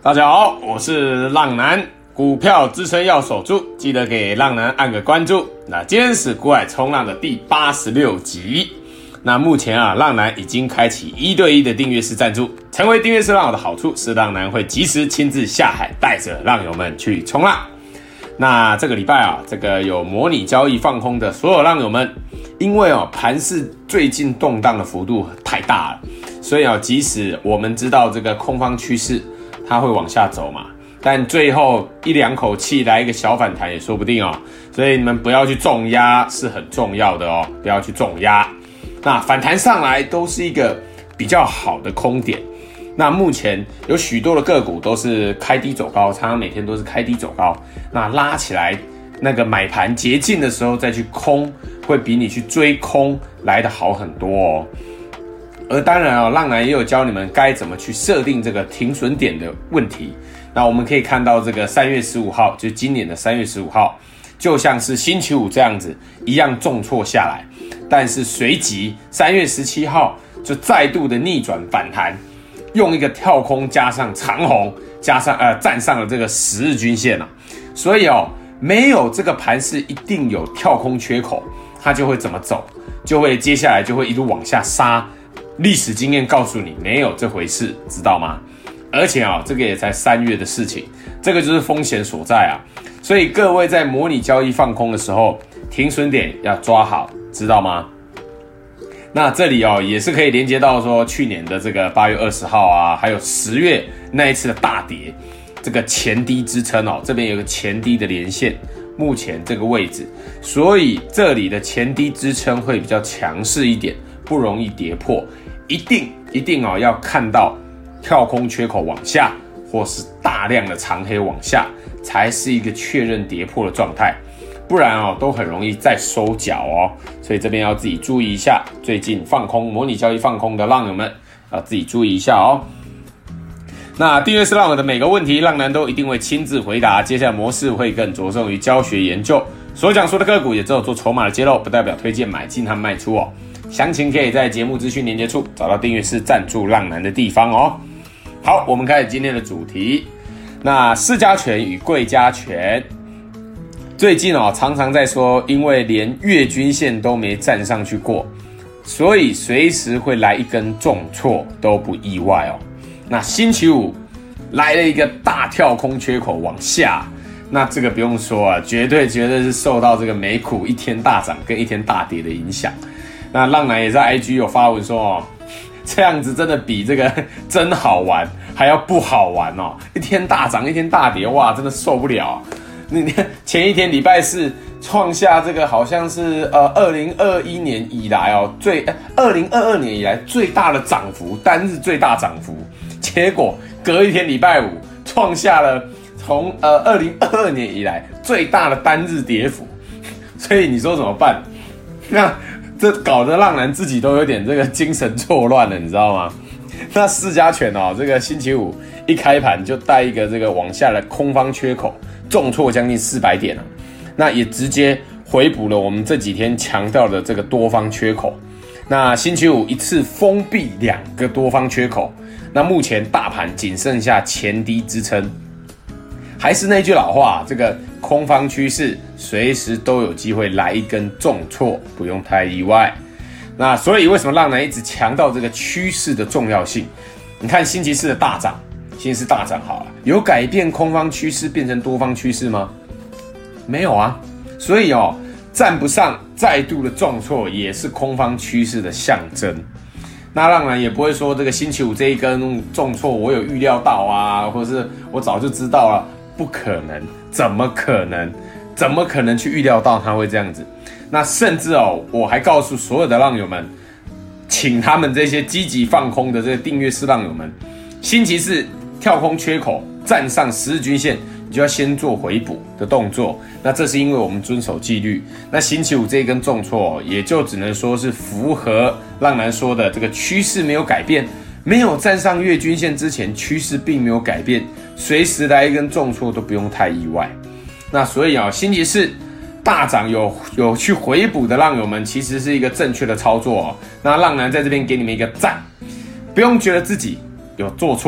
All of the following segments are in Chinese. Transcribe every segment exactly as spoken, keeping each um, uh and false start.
大家好，我是浪男，股票支撑要守住，记得给浪男按个关注。那今天是股海冲浪的第八十六集。那目前啊，浪男已经开启一对一的订阅式赞助。成为订阅式浪友的好处是，浪男会及时亲自下海，带着浪友们去冲浪。那这个礼拜啊，这个有模拟交易放空的所有浪友们，因为哦盘势最近动荡的幅度太大了，所以啊，即使我们知道这个空方趋势它会往下走嘛，但最后一两口气来一个小反弹也说不定哦。所以你们不要去重压是很重要的哦，不要去重压。那反弹上来都是一个比较好的空点。那目前有许多的个股都是开低走高，常常每天都是开低走高。那拉起来那个买盘接近的时候再去空，会比你去追空来得好很多哦。而当然哦，浪男也有教你们该怎么去设定这个停损点的问题。那我们可以看到这个三月十五号，就是今年的三月十五号，就像是星期五这样子一样重挫下来，但是随即三月十七号就再度的逆转反弹，用一个跳空加上长红，加上呃站上了这个十日均线啊。所以哦，没有这个盘势一定有跳空缺口，它就会怎么走，就会接下来就会一路往下杀。历史经验告诉你，没有这回事，知道吗？而且啊，这个也才三月的事情，这个就是风险所在啊。所以各位在模拟交易放空的时候，停损点要抓好，知道吗？那这里哦，也是可以连接到说去年的这个八月二十号啊，还有十月那一次的大跌，这个前低支撑哦，这边有个前低的连线，目前这个位置，所以这里的前低支撑会比较强势一点，不容易跌破。一定一定哦，要看到跳空缺口往下，或是大量的长黑往下，才是一个确认跌破的状态，不然哦都很容易再收脚哦。所以这边要自己注意一下，最近放空模拟交易放空的浪友们要自己注意一下哦。那订阅式浪友的每个问题，浪男都一定会亲自回答。接下来模式会更着重于教学研究，所讲述的个股也只有做筹码的揭露，不代表推荐买进和卖出哦。详情可以在节目资讯连结处找到订阅式赞助浪男的地方哦。好，我们开始今天的主题。那市加权与贵加权，最近哦常常在说，因为连月均线都没站上去过，所以随时会来一根重挫都不意外哦。那星期五来了一个大跳空缺口往下，那这个不用说啊，绝对绝对是受到这个美股一天大涨跟一天大跌的影响。那浪男也在 I G 有发文说哦，这样子真的比这个真好玩还要不好玩哦！一天大涨，一天大跌，哇，真的受不了。你前一天礼拜四创下这个好像是呃二零二一年以来哦最二零二二年以来最大的涨幅，单日最大涨幅。结果隔一天礼拜五创下了从呃二零二二年以来最大的单日跌幅。所以你说怎么办？那这搞得浪男自己都有点这个精神错乱了，你知道吗？那市加权哦，这个星期五一开盘就带一个这个往下的空方缺口，重挫将近四百点啊，那也直接回补了我们这几天强调的这个多方缺口。那星期五一次封闭两个多方缺口，那目前大盘仅剩下前低支撑。还是那句老话，这个空方趋势随时都有机会来一根重挫，不用太意外。那所以为什么浪男一直强调这个趋势的重要性？你看星期四的大涨，星期四大涨好了，有改变空方趋势变成多方趋势吗？没有啊。所以哦，站不上再度的重挫也是空方趋势的象征。那浪男也不会说这个星期五这一根重挫我有预料到啊，或者是我早就知道了。不可能，怎么可能？怎么可能去预料到它会这样子？那甚至哦，我还告诉所有的浪友们，请他们这些积极放空的这个订阅式浪友们，星期四跳空缺口站上十日均线，你就要先做回补的动作。那这是因为我们遵守纪律。那星期五这一根重挫，也就只能说是符合浪男说的这个趋势没有改变。没有站上月均线之前，趋势并没有改变，随时来一根重挫都不用太意外。那所以啊，星期四大涨有有去回补的浪友们，其实是一个正确的操作哦。那浪男在这边给你们一个赞，不用觉得自己有做错，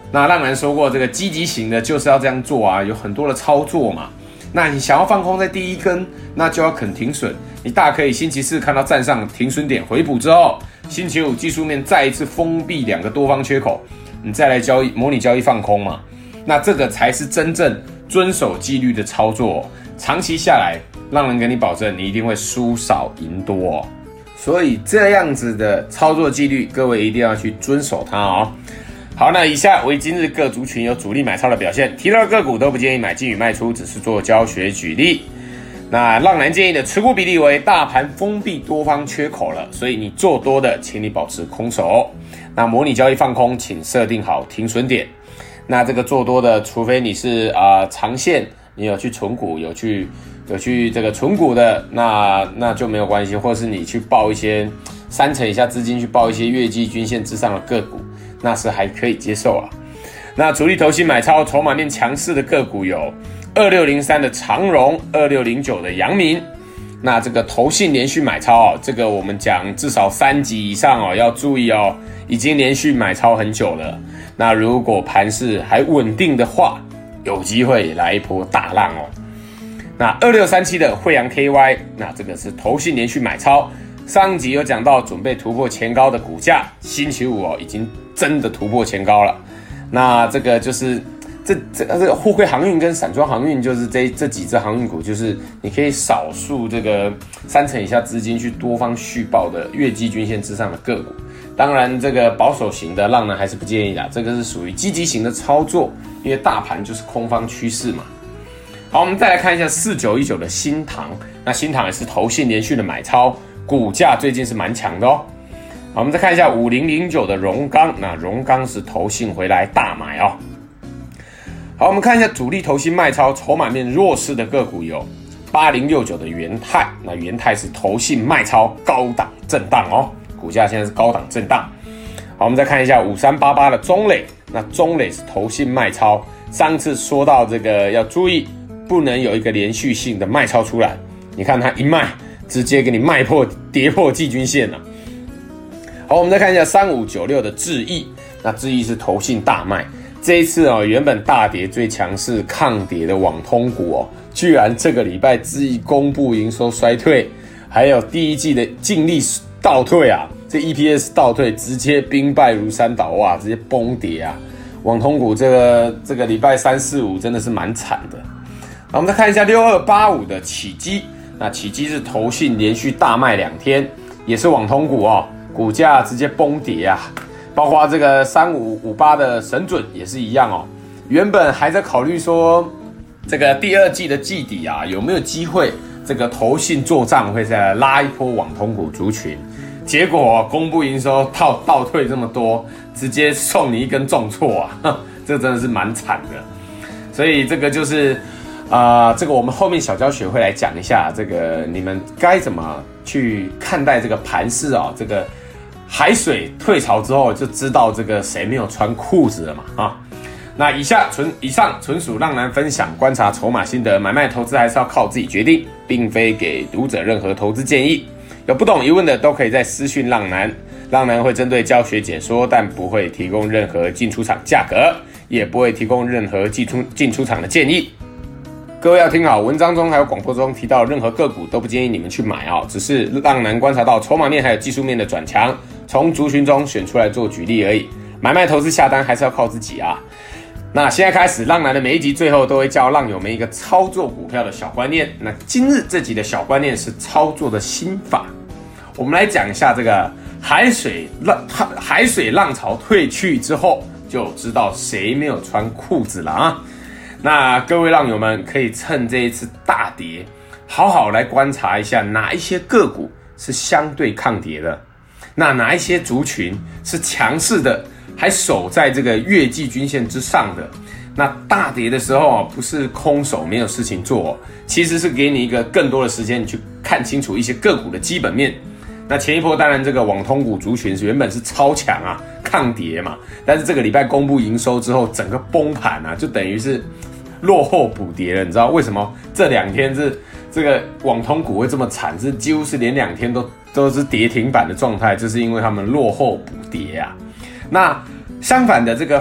那浪男说过，这个积极型的就是要这样做啊，有很多的操作嘛。那你想要放空在第一根，那就要肯停损。你大可以星期四看到站上停损点回补之后，星期五技术面再一次封闭两个多方缺口，你再来交易模拟交易放空嘛。那这个才是真正遵守纪律的操作哦。长期下来，浪人跟你保证，你一定会输少赢多哦。所以这样子的操作纪律，各位一定要去遵守它哦。好，那以下为今日各族群有主力买超的表现，提到的个股都不建议买进与卖出，只是做教学举例。那浪男建议的持股比例为大盘封闭多方缺口了，所以你做多的，请你保持空手。那模拟交易放空，请设定好停损点。那这个做多的，除非你是啊、呃、长线，你有去存股，有去有去这个存股的，那那就没有关系，或是你去报一些三成以下资金去报一些月季均线之上的个股。那是还可以接受啊。那主力投信买超筹码面强势的个股有二六零三的长荣、二六零九的阳明。那这个投信连续买超哦，这个我们讲至少三级以上哦，要注意哦，已经连续买超很久了。那如果盘势还稳定的话，有机会来一波大浪哦。那二六三七的慧洋 K Y， 那这个是投信连续买超。上集有讲到准备突破前高的股价，星期五哦已经真的突破前高了。那这个就是这这这个货柜航运跟散装航运，就是这这几只航运股，就是你可以少数这个三成以下资金去多方续报的月季均线之上的个股。当然，这个保守型的浪呢还是不建议啦，这个是属于积极型的操作，因为大盘就是空方趋势嘛。好，我们再来看一下四九一九的新唐，那新唐也是投信连续的买超。股价最近是蛮强的哦。好，我们再看一下五零零九的荣钢，那荣钢是投信回来大买哦。好，我们看一下主力投信卖超筹码面弱势的个股有八零六九的元泰，那元泰是投信卖超高档震荡哦，股价现在是高档震荡。好，我们再看一下五三八八的中磊，那中磊是投信卖超，上次说到这个要注意，不能有一个连续性的卖超出来，你看它一卖。直接给你卖破跌破季均线了。好，我们再看一下三五九六的智毅，那智毅是投信大卖，这一次哦，原本大跌最强势抗跌的网通股哦，居然这个礼拜智毅公布营收衰退，还有第一季的净利倒退啊，这 E P S 倒退，直接兵败如山倒，哇，直接崩跌啊！网通股这个这个礼拜三四五真的是蛮惨的。那我们再看一下六二八五的启基。那启基是投信连续大卖两天，也是网通股哦，股价直接崩跌啊！包括这个三五五八的神准也是一样哦，原本还在考虑说这个第二季的季底啊有没有机会这个投信做账会再来拉一波网通股族群，结果、哦、公布营收倒倒退这么多，直接送你一根重挫啊，这真的是蛮惨的。所以这个就是。啊、呃，这个我们后面小教学会来讲一下，这个你们该怎么去看待这个盘势啊？这个海水退潮之后，就知道这个谁没有穿裤子了嘛啊！那以下纯以上纯属浪男分享观察筹码心得，买卖投资还是要靠自己决定，并非给读者任何投资建议。有不懂疑问的都可以在私讯浪男，浪男会针对教学解说，但不会提供任何进出场价格，也不会提供任何进出进出场的建议。各位要听好，文章中还有广播中提到任何个股都不建议你们去买哦，只是浪男观察到筹码面还有技术面的转强，从族群中选出来做举例而已。买卖投资下单还是要靠自己啊。那现在开始，浪男的每一集最后都会教浪友们一个操作股票的小观念。那今日这集的小观念是操作的心法，我们来讲一下这个海水浪海水浪潮退去之后，就知道谁没有穿裤子了啊。那各位浪友们可以趁这一次大跌，好好来观察一下哪一些个股是相对抗跌的，那哪一些族群是强势的，还守在这个月季均线之上的。那大跌的时候不是空手没有事情做，其实是给你一个更多的时间，你去看清楚一些个股的基本面。那前一波当然这个网通股族群原本是超强啊，抗跌嘛，但是这个礼拜公布营收之后，整个崩盘啊，就等于是落后补跌了。你知道为什么这两天是这个网通股会这么惨？是几乎是连两天都都是跌停板的状态，就是因为他们落后补跌啊。那相反的，这个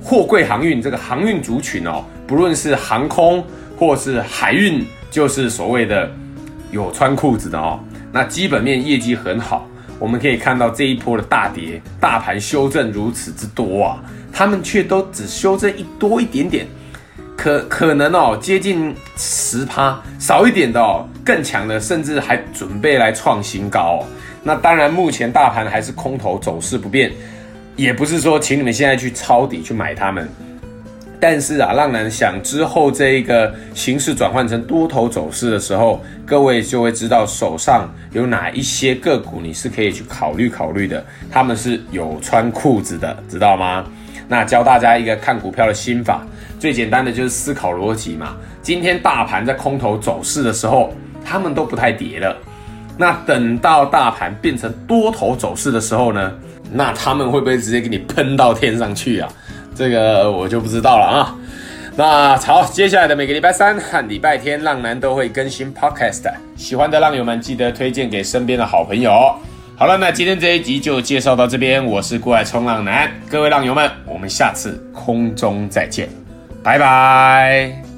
货柜航运这个航运族群哦，不论是航空或是海运，就是所谓的有穿裤子的哦，那基本面业绩很好。我们可以看到这一波的大跌，大盘修正如此之多啊，他们却都只修正一多一点点，可可能哦接近 百分之十， 少一点的哦更强的，甚至还准备来创新高哦。那当然，目前大盘还是空头走势不变，也不是说请你们现在去抄底去买它们。但是啊，浪男想之后这一个形势转换成多头走势的时候，各位就会知道手上有哪一些个股你是可以去考虑考虑的，他们是有穿裤子的，知道吗？那教大家一个看股票的心法，最简单的就是思考逻辑嘛。今天大盘在空头走势的时候，他们都不太跌了。那等到大盘变成多头走势的时候呢，那他们会不会直接给你喷到天上去啊？这个我就不知道了啊。那好，接下来的每个礼拜三和礼拜天，浪男都会更新 podcast， 喜欢的浪友们记得推荐给身边的好朋友。好了，那今天这一集就介绍到这边，我是过来冲浪男，各位浪友们，我们下次空中再见，拜拜。